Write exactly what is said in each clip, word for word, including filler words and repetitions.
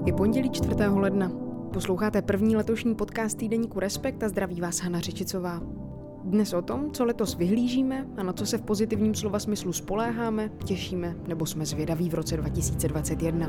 Je pondělí čtvrtého ledna. Posloucháte první letošní podcast týdeníku Respekt a zdraví vás Hana Řečicová. Dnes o tom, co letos vyhlížíme a na co se v pozitivním slova smyslu spoléháme, těšíme nebo jsme zvědaví v roce dva tisíce dvacet jedna.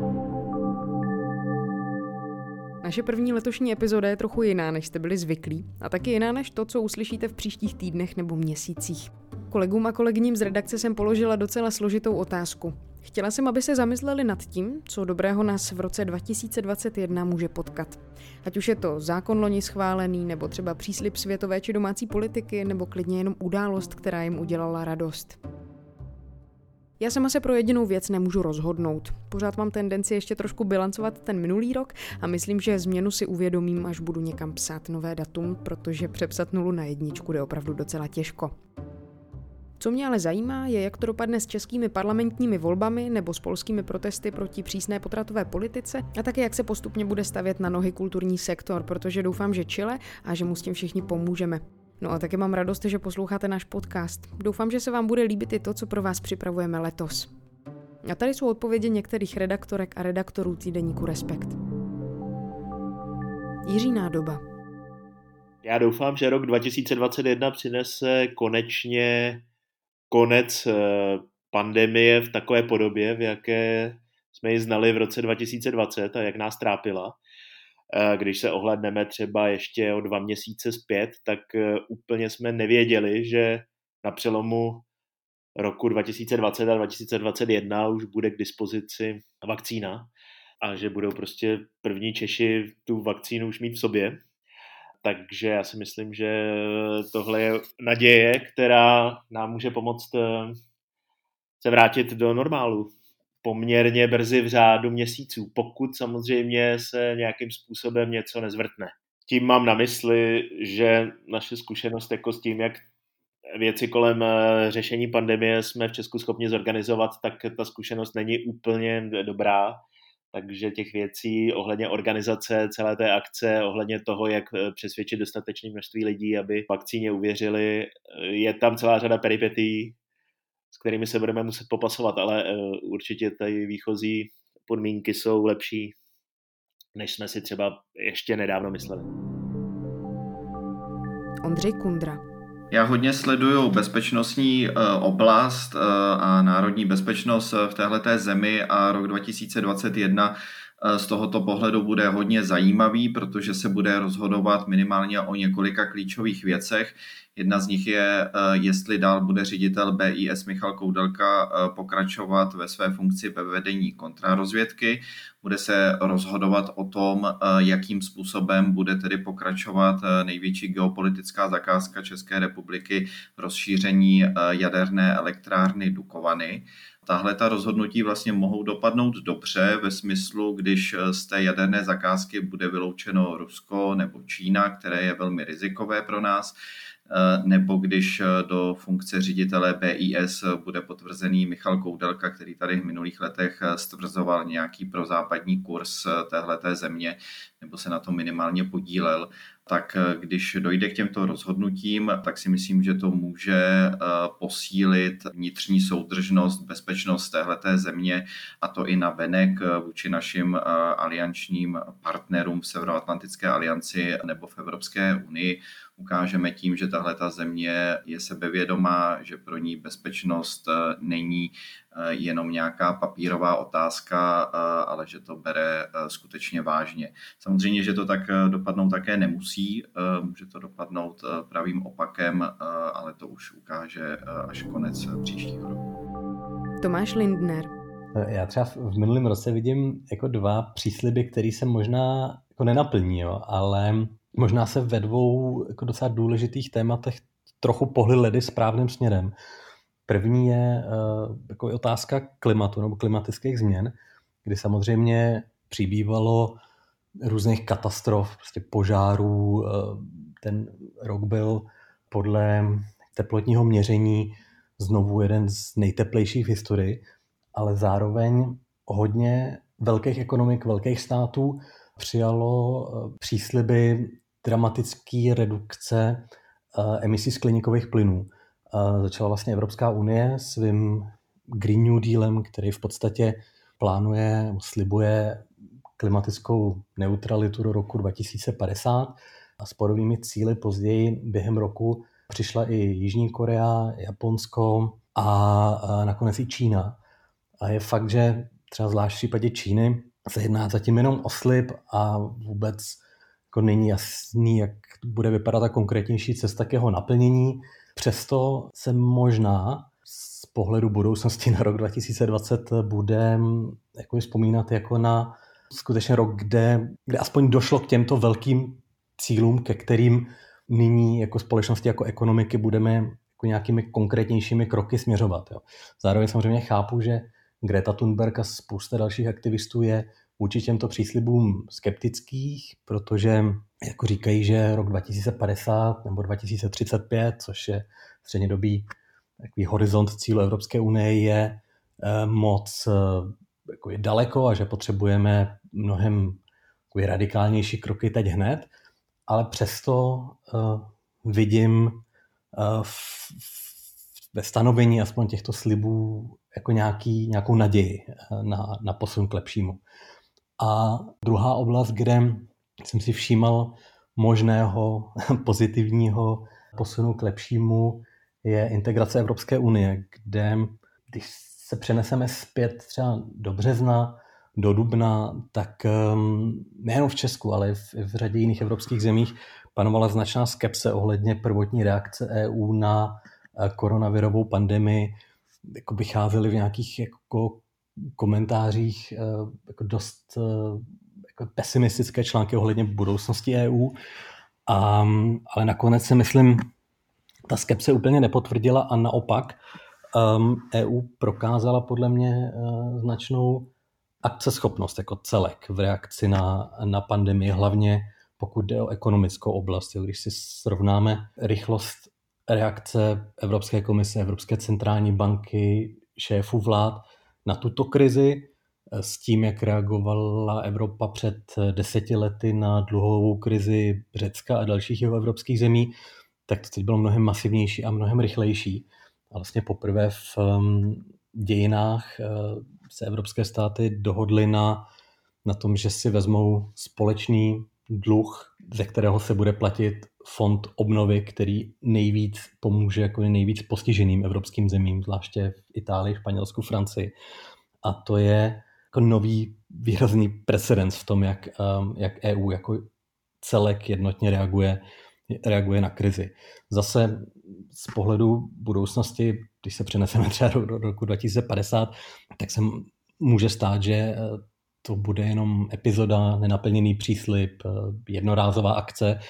Naše první letošní epizoda je trochu jiná, než jste byli zvyklí, a taky jiná než to, co uslyšíte v příštích týdnech nebo měsících. Kolegům a kolegyním z redakce jsem položila docela složitou otázku. Chtěla jsem, aby se zamysleli nad tím, co dobrého nás v roce dva tisíce dvacet jedna může potkat. Ať už je to zákon loni schválený, nebo třeba příslib světové či domácí politiky, nebo klidně jenom událost, která jim udělala radost. Já sama se pro jedinou věc nemůžu rozhodnout. Pořád mám tendenci ještě trošku bilancovat ten minulý rok a myslím, že změnu si uvědomím, až budu někam psát nové datum, protože přepsat nulu na jedničku jde opravdu docela těžko. Co mě ale zajímá, je, jak to dopadne s českými parlamentními volbami nebo s polskými protesty proti přísné potratové politice a také jak se postupně bude stavět na nohy kulturní sektor, protože doufám, že čile a že mu s tím všichni pomůžeme. No a také mám radost, že posloucháte náš podcast. Doufám, že se vám bude líbit i to, co pro vás připravujeme letos. A tady jsou odpovědi některých redaktorek a redaktorů týdeníku Respekt. Jiří Nádoba. Já doufám, že rok dva tisíce dvacet jedna přinese konečně konec pandemie v takové podobě, v jaké jsme ji znali v roce dva tisíce dvacet a jak nás trápila. Když se ohlédneme třeba ještě o dva měsíce zpět, tak úplně jsme nevěděli, že na přelomu roku dva tisíce dvacet a dva tisíce dvacet jedna už bude k dispozici vakcína a že budou prostě první Češi tu vakcínu už mít v sobě. Takže já si myslím, že tohle je naděje, která nám může pomoct se vrátit do normálu poměrně brzy v řádu měsíců, pokud samozřejmě se nějakým způsobem něco nezvrtne. Tím mám na mysli, že naše zkušenost jako s tím, jak věci kolem řešení pandemie jsme v Česku schopni zorganizovat, tak ta zkušenost není úplně dobrá. Takže těch věcí ohledně organizace celé té akce, ohledně toho, jak přesvědčit dostatečné množství lidí, aby vakcíně uvěřili, je tam celá řada peripetií, s kterými se budeme muset popasovat, ale určitě ty výchozí podmínky jsou lepší, než jsme si třeba ještě nedávno mysleli. Ondřej Kundra. Já hodně sleduju bezpečnostní oblast a národní bezpečnost v téhleté zemi a rok dva tisíce dvacet jedna z tohoto pohledu bude hodně zajímavý, protože se bude rozhodovat minimálně o několika klíčových věcech. Jedna z nich je, jestli dál bude ředitel B I S Michal Koudelka pokračovat ve své funkci ve vedení kontrarozvědky. Bude se rozhodovat o tom, jakým způsobem bude tedy pokračovat největší geopolitická zakázka České republiky, rozšíření jaderné elektrárny Dukovany. Tahle ta rozhodnutí vlastně mohou dopadnout dobře ve smyslu, když z té jaderné zakázky bude vyloučeno Rusko nebo Čína, které je velmi rizikové pro nás, nebo když do funkce ředitele B I S bude potvrzený Michal Koudelka, který tady v minulých letech stvrzoval nějaký prozápadní kurz téhleté země, nebo se na to minimálně podílel, tak když dojde k těmto rozhodnutím, tak si myslím, že to může posílit vnitřní soudržnost, bezpečnost téhleté země, a to i navenek vůči našim aliančním partnerům v Severoatlantické alianci nebo v Evropské unii. Ukážeme tím, že tahleta země je sebevědomá, že pro ní bezpečnost není jenom nějaká papírová otázka, ale že to bere skutečně vážně. Samozřejmě, že to tak dopadnout také nemusí, může to dopadnout pravým opakem, ale to už ukáže až konec příštího roku. Tomáš Lindner. Já třeba v minulém roce vidím jako dva přísliby, které se možná jako nenaplní, jo, ale možná se ve dvou jako docela důležitých tématech trochu pohly ledy správným směrem. První je uh, jako otázka klimatu nebo klimatických změn, kdy samozřejmě přibývalo různých katastrof, prostě požárů. Uh, ten rok byl podle teplotního měření znovu jeden z nejteplejších v historii, ale zároveň hodně velkých ekonomik, velkých států přijalo uh, přísliby dramatické redukce uh, emisí skleníkových plynů. Uh, začala vlastně Evropská unie svým Green New Dealem, který v podstatě plánuje, slibuje klimatickou neutralitu do roku dva tisíce padesát a s podobnými cíli později během roku přišla i Jižní Korea, Japonsko a nakonec i Čína. A je fakt, že třeba zvlášť v případě Číny se jedná zatím jenom o slib a vůbec jako není jasný, jak bude vypadat ta konkrétnější cesta k jeho naplnění. Přesto se možná z pohledu budoucnosti na rok dva tisíce dvacet bude jako vzpomínat jako na skutečně rok, kde, kde aspoň došlo k těmto velkým cílům, ke kterým nyní jako společnosti, jako ekonomiky budeme jako nějakými konkrétnějšími kroky směřovat. Jo. Zároveň samozřejmě chápu, že Greta Thunberg a spousta dalších aktivistů je vůči těmto příslibům skeptických, protože jako říkají, že rok dva tisíce padesát nebo dva tisíce třicet pět, což je střednědobý takový horizont cílu Evropské unie, je eh, moc eh, jako je daleko a že potřebujeme mnohem jako radikálnější kroky teď hned, ale přesto eh, vidím eh, v, ve stanovení aspoň těchto slibů jako nějaký, nějakou naději na, na posun k lepšímu. A druhá oblast, kde jsem si všímal možného pozitivního posunu k lepšímu, je integrace Evropské unie, kde když se přeneseme zpět třeba do března, do dubna, tak nejen v Česku, ale i v, v řadě jiných evropských zemích panovala značná skepse ohledně prvotní reakce E U na koronavirovou pandemii. Jako vycházely v nějakých jako komentářích jako dost jako pesimistické články ohledně budoucnosti E U, a, ale nakonec si myslím, ta skepse úplně nepotvrdila a naopak um, E U prokázala podle mě uh, značnou akceschopnost jako celek v reakci na, na pandemii, hlavně pokud jde o ekonomickou oblast. Když si srovnáme rychlost reakce Evropské komise, Evropské centrální banky, šéfů vlád na tuto krizi s tím, jak reagovala Evropa před deseti lety na dluhovou krizi Řecka a dalších jeho evropských zemí, tak to teď bylo mnohem masivnější a mnohem rychlejší. A vlastně poprvé v dějinách se evropské státy dohodly na, na tom, že si vezmou společný dluh, ze kterého se bude platit fond obnovy, který nejvíc pomůže jako nejvíc postiženým evropským zemím, zvláště v Itálii, Španělsku, Francii. A to je jako nový výrazný precedens v tom, jak, jak E U jako celek jednotně reaguje, reaguje na krizi. Zase z pohledu budoucnosti, když se přeneseme třeba do, do roku dva tisíce padesát, tak se může stát, že to bude jenom epizoda, nenaplněný příslib, jednorázová akce,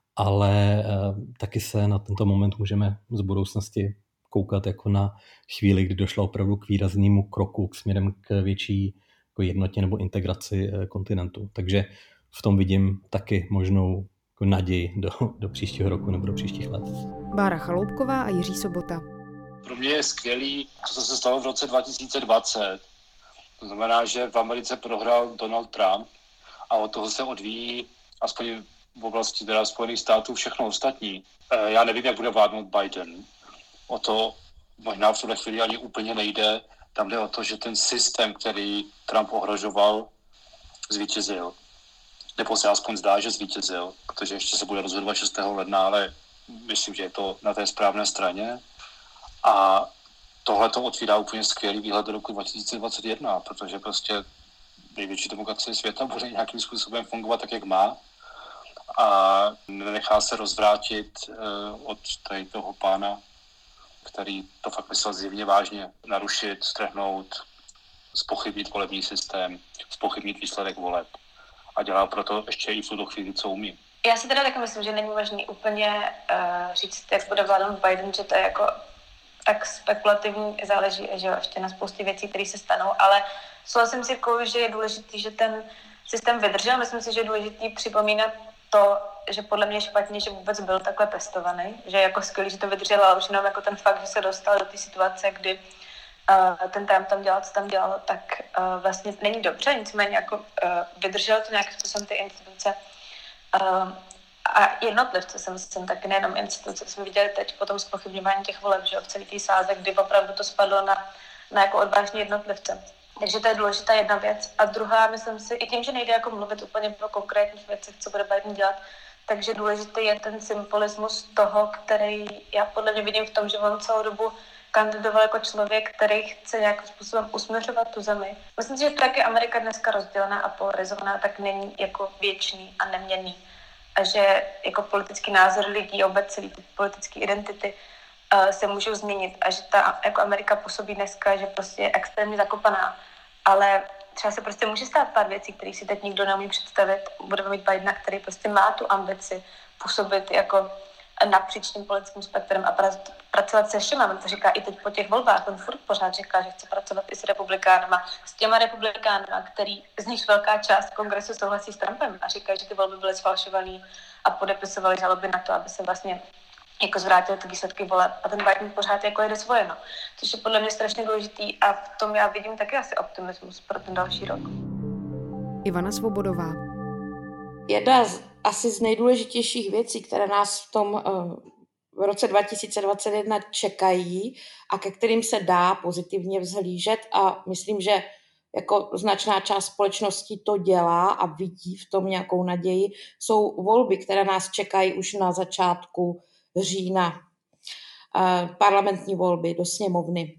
ale taky se na tento moment můžeme z budoucnosti koukat jako na chvíli, kdy došlo opravdu k výraznému kroku k směrem k větší jako jednotě nebo integraci kontinentu. Takže v tom vidím taky možnou jako naději do, do příštího roku nebo do příštích let. Bára Chaloupková a Jiří Sobota. Pro mě je skvělý, co se stalo v roce dva tisíce dvacet. To znamená, že v Americe prohrál Donald Trump a od toho se odvíjí aspoň v oblasti teda Spojených států všechno ostatní. Já nevím, jak bude vládnout Biden. O to možná v tuhle chvíli ani úplně nejde. Tam jde o to, že ten systém, který Trump ohrožoval, zvítězil. Nebo se aspoň zdá, že zvítězil, protože ještě se bude rozhodovat šestého ledna, ale myslím, že je to na té správné straně. A tohle to otvírá úplně skvělý výhled do roku dva tisíce dvacet jedna, protože prostě největší demokracie světa bude nějakým způsobem fungovat tak, jak má. A nenechá se rozvrátit uh, od tady toho pána, který to fakt myslel zjevně vážně, narušit, strhnout, zpochybnit volební systém, zpochybnit výsledek voleb. A dělá proto ještě i v tuto chvíli, co umí. Já si teda taky myslím, že není možný úplně uh, říct, jak bude vládnout Biden, že to je jako tak spekulativní, záleží že jo, ještě na spoustě věcí, které se stanou, ale souhlasím si, že je důležitý, že ten systém vydržel. Myslím si, že je důležitý připomínat to, že podle mě je špatně, že vůbec byl takhle pestovaný, že je jako skvělý, že to vydržel, ale už jenom jako ten fakt, že se dostal do té situace, kdy uh, ten Trump tam dělal, co tam dělal, tak uh, vlastně není dobře, nicméně jako uh, vydržel to nějakým způsobem ty instituce uh, a jednotlivce, jsem myslím taky nejenom instituce, jsme viděli teď po tom zpochybňování těch voleb, že v celý té sáze, kdy opravdu to spadlo na, na jako odvážní jednotlivce. Takže to je důležitá jedna věc. A druhá, myslím si, i tím, že nejde jako mluvit úplně o konkrétních věcech, co bude Biden dělat, takže důležitý je ten symbolismus toho, který já podle mě vidím v tom, že on celou dobu kandidoval jako člověk, který chce nějakým způsobem usměřovat tu zemi. Myslím si, že tak je Amerika dneska rozdělená a polarizovaná, tak není jako věčný a neměnný. A že jako politický názor lidí, obec celý ty politické identity uh, se můžou změnit a že ta jako Amerika působí dneska, že prostě je extrémně zakopaná. Ale třeba se prostě může stát pár věcí, které si teď nikdo neumí představit. Budeme mít Bidena, který prostě má tu ambici působit jako napříč tím politickým spektrem a pracovat se všema. On to říká i teď po těch volbách. On furt pořád říká, že chce pracovat i s republikánama. S těma republikánama, který z nich velká část kongresu souhlasí s Trumpem a říká, že ty volby byly sfalšovaný a podepisovali žaloby na to, aby se vlastně jako zvrátily ty výsledky voleb. A ten Biden pořád jako jede svoje, no. Což je podle mě strašně důležitý a v tom já vidím taky asi optimismus pro ten další rok. Ivana Svobodová. Jedna z, asi z nejdůležitějších věcí, které nás v tom uh, v roce dva tisíce dvacet jedna čekají a ke kterým se dá pozitivně vzhlížet a myslím, že jako značná část společnosti to dělá a vidí v tom nějakou naději, jsou volby, které nás čekají už na začátku října. Uh, parlamentní volby do sněmovny,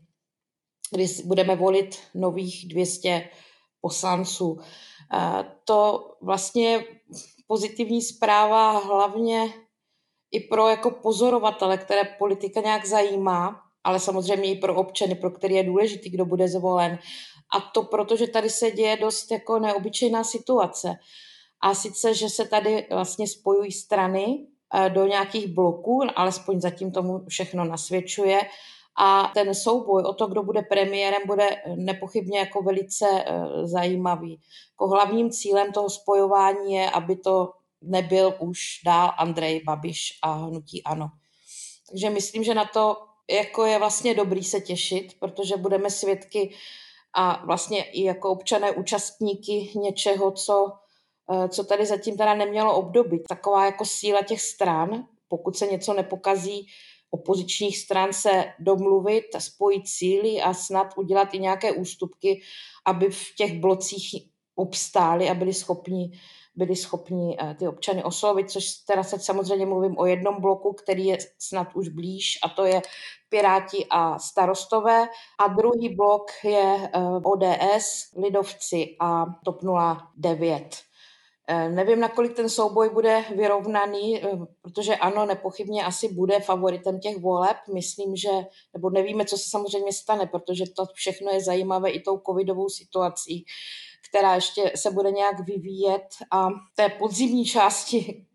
kdy budeme volit nových dvě stě poslanců. Uh, to vlastně je pozitivní zpráva hlavně i pro jako pozorovatele, které politika nějak zajímá, ale samozřejmě i pro občany, pro který je důležitý, kdo bude zvolen. A to proto, že tady se děje dost jako neobyčejná situace. A sice, že se tady vlastně spojují strany do nějakých bloků, alespoň zatím tomu všechno nasvědčuje. A ten souboj o to, kdo bude premiérem, bude nepochybně jako velice zajímavý. Jako hlavním cílem toho spojování je, aby to nebyl už dál Andrej Babiš a hnutí ANO. Takže myslím, že na to jako je vlastně dobrý se těšit, protože budeme svědky a vlastně i jako občané účastníky něčeho, co, co tady zatím teda nemělo období. Taková jako síla těch stran, pokud se něco nepokazí, opozičních stran se domluvit, spojit síly a snad udělat i nějaké ústupky, aby v těch blocích obstáli a byli schopni, byli schopni ty občany oslovit, což teda se samozřejmě mluvím o jednom bloku, který je snad už blíž, a to je Piráti a Starostové. A druhý blok je O D S, Lidovci a T O P nula devět. Nevím, nakolik ten souboj bude vyrovnaný, protože ANO nepochybně asi bude favoritem těch voleb. Myslím, že, nebo nevíme, co se samozřejmě stane, protože to všechno je zajímavé i tou covidovou situací, která ještě se bude nějak vyvíjet. A v té podzimní části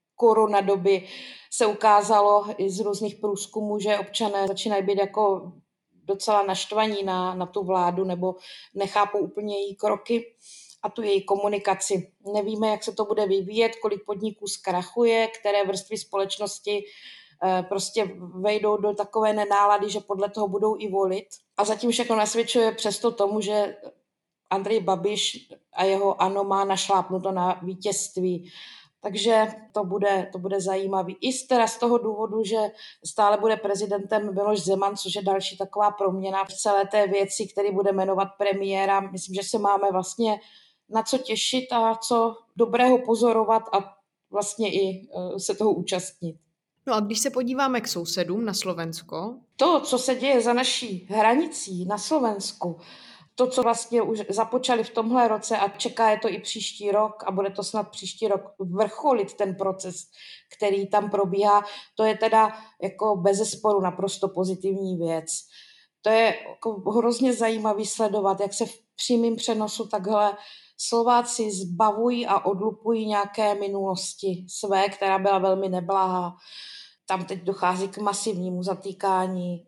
koronadoby se ukázalo i z různých průzkumů, že občané začínají být jako docela naštvaní na, na tu vládu nebo nechápou úplně její kroky a tu její komunikaci. Nevíme, jak se to bude vyvíjet, kolik podniků zkrachuje, které vrstvy společnosti eh, prostě vejdou do takové nenálady, že podle toho budou i volit. A zatím všechno nasvědčuje přesto tomu, že Andrej Babiš a jeho ANO má našlápnuto na vítězství. Takže to bude, to bude zajímavý. I z, teda z toho důvodu, že stále bude prezidentem Miloš Zeman, což je další taková proměna v celé té věci, který bude jmenovat premiéra. Myslím, že se máme vlastně na co těšit a co dobrého pozorovat a vlastně i se toho účastnit. No a když se podíváme k sousedům na Slovensko? To, co se děje za naší hranicí na Slovensku, to, co vlastně už započali v tomhle roce a čeká je to i příští rok a bude to snad příští rok vrcholit ten proces, který tam probíhá, to je teda jako bezesporu naprosto pozitivní věc. To je jako hrozně zajímavý sledovat, jak se v přímém přenosu takhle Slováci zbavují a odlupují nějaké minulosti své, která byla velmi neblahá. Tam teď dochází k masivnímu zatýkání,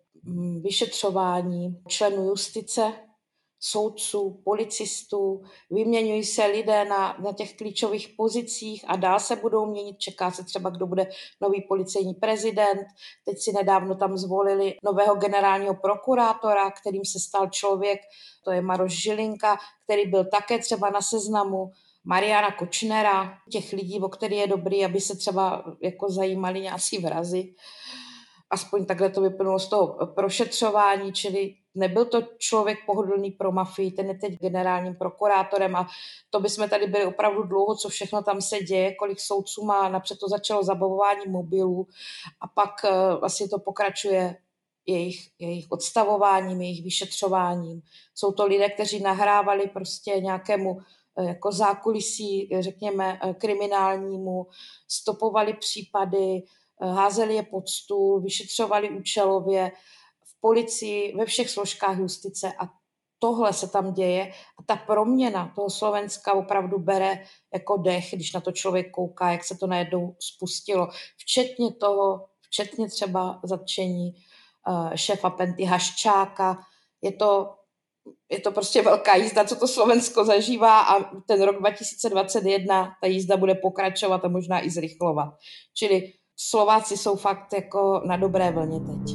vyšetřování členů justice, soudců, policistů, vyměňují se lidé na, na těch klíčových pozicích a dál se budou měnit. Čeká se třeba, kdo bude nový policejní prezident. Teď si nedávno tam zvolili nového generálního prokurátora, kterým se stal člověk, to je Maroš Žilinka, který byl také třeba na seznamu Mariana Kočnera, těch lidí, o který je dobrý, aby se třeba jako zajímali nějací vrazi. Aspoň takhle to vyplnulo z toho prošetřování, čili nebyl to člověk pohodlný pro mafii, ten je teď generálním prokurátorem a to bychom tady byli opravdu dlouho, co všechno tam se děje, kolik soudců má, napřed to začalo zabavování mobilů a pak vlastně to pokračuje jejich, jejich odstavováním, jejich vyšetřováním. Jsou to lidé, kteří nahrávali prostě nějakému jako zákulisí, řekněme, kriminálnímu, stopovali případy, házeli je pod stůl, vyšetřovali účelově v policii, ve všech složkách justice a tohle se tam děje a ta proměna toho Slovenska opravdu bere jako dech, když na to člověk kouká, jak se to najednou spustilo. Včetně toho, včetně třeba zatčení uh, šéfa Penty Haščáka. Je to, je to prostě velká jízda, co to Slovensko zažívá a ten rok dva tisíce dvacet jedna ta jízda bude pokračovat a možná i zrychlovat. Čili Slováci jsou fakt jako na dobré vlně teď.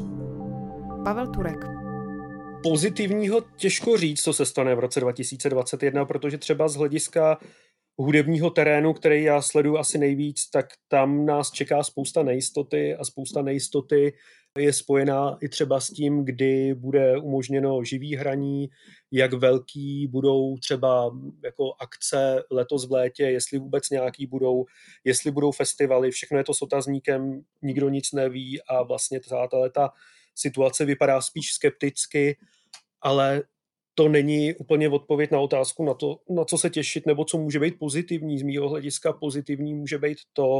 Pavel Turek. Pozitivního těžko říct, co se stane v roce dva tisíce dvacet jedna, protože třeba z hlediska hudebního terénu, který já sleduju asi nejvíc, tak tam nás čeká spousta nejistoty a spousta nejistoty je spojená i třeba s tím, kdy bude umožněno živý hraní, jak velký budou třeba jako akce letos v létě, jestli vůbec nějaký budou, jestli budou festivaly, všechno je to s otazníkem, nikdo nic neví a vlastně celá ta situace vypadá spíš skepticky, ale to není úplně odpověď na otázku na to, na co se těšit, nebo co může být pozitivní. Z mýho hlediska pozitivní může být to,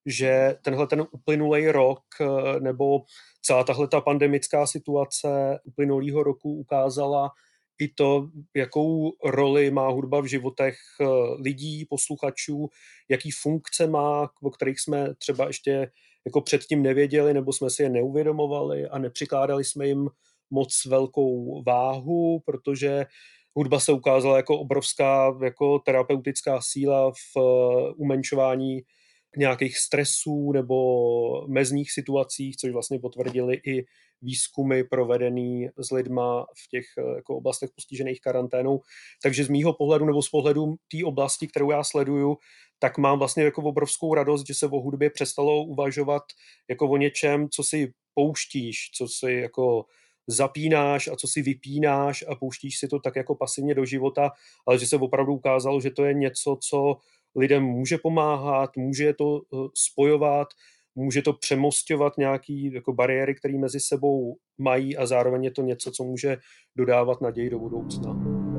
že tenhle ten uplynulý rok nebo celá tahle ta pandemická situace uplynulého roku ukázala i to, jakou roli má hudba v životech lidí, posluchačů, jaký funkce má, o kterých jsme třeba ještě jako předtím nevěděli, nebo jsme si je neuvědomovali a nepřikládali jsme jim moc velkou váhu, protože hudba se ukázala jako obrovská jako terapeutická síla v umenšování nějakých stresů nebo mezních situacích, což vlastně potvrdili i výzkumy provedený s lidma v těch jako oblastech postižených karanténou. Takže z mýho pohledu nebo z pohledu té oblasti, kterou já sleduju, tak mám vlastně jako obrovskou radost, že se o hudbě přestalo uvažovat jako o něčem, co si pouštíš, co si jako zapínáš a co si vypínáš a pouštíš si to tak jako pasivně do života, ale že se opravdu ukázalo, že to je něco, co lidem může pomáhat, může to spojovat, může to přemosťovat nějaký jako bariéry, které mezi sebou mají a zároveň je to něco, co může dodávat naději do budoucna.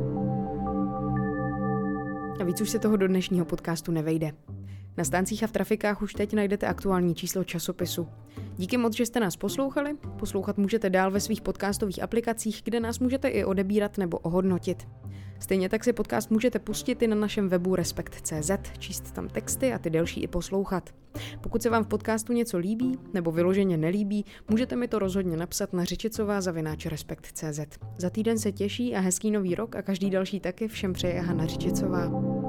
A víc už se toho do dnešního podcastu nevejde. Na stáncích a v trafikách už teď najdete aktuální číslo časopisu. Díky moc, že jste nás poslouchali. Poslouchat můžete dál ve svých podcastových aplikacích, kde nás můžete i odebírat nebo ohodnotit. Stejně tak si podcast můžete pustit i na našem webu respekt tečka cé zet, číst tam texty a ty delší i poslouchat. Pokud se vám v podcastu něco líbí nebo vyloženě nelíbí, můžete mi to rozhodně napsat na řičicová zavináč respekt tečka cé zet. Za týden se těší a hezký nový rok a každý další taky všem přeje Hana Řičicová.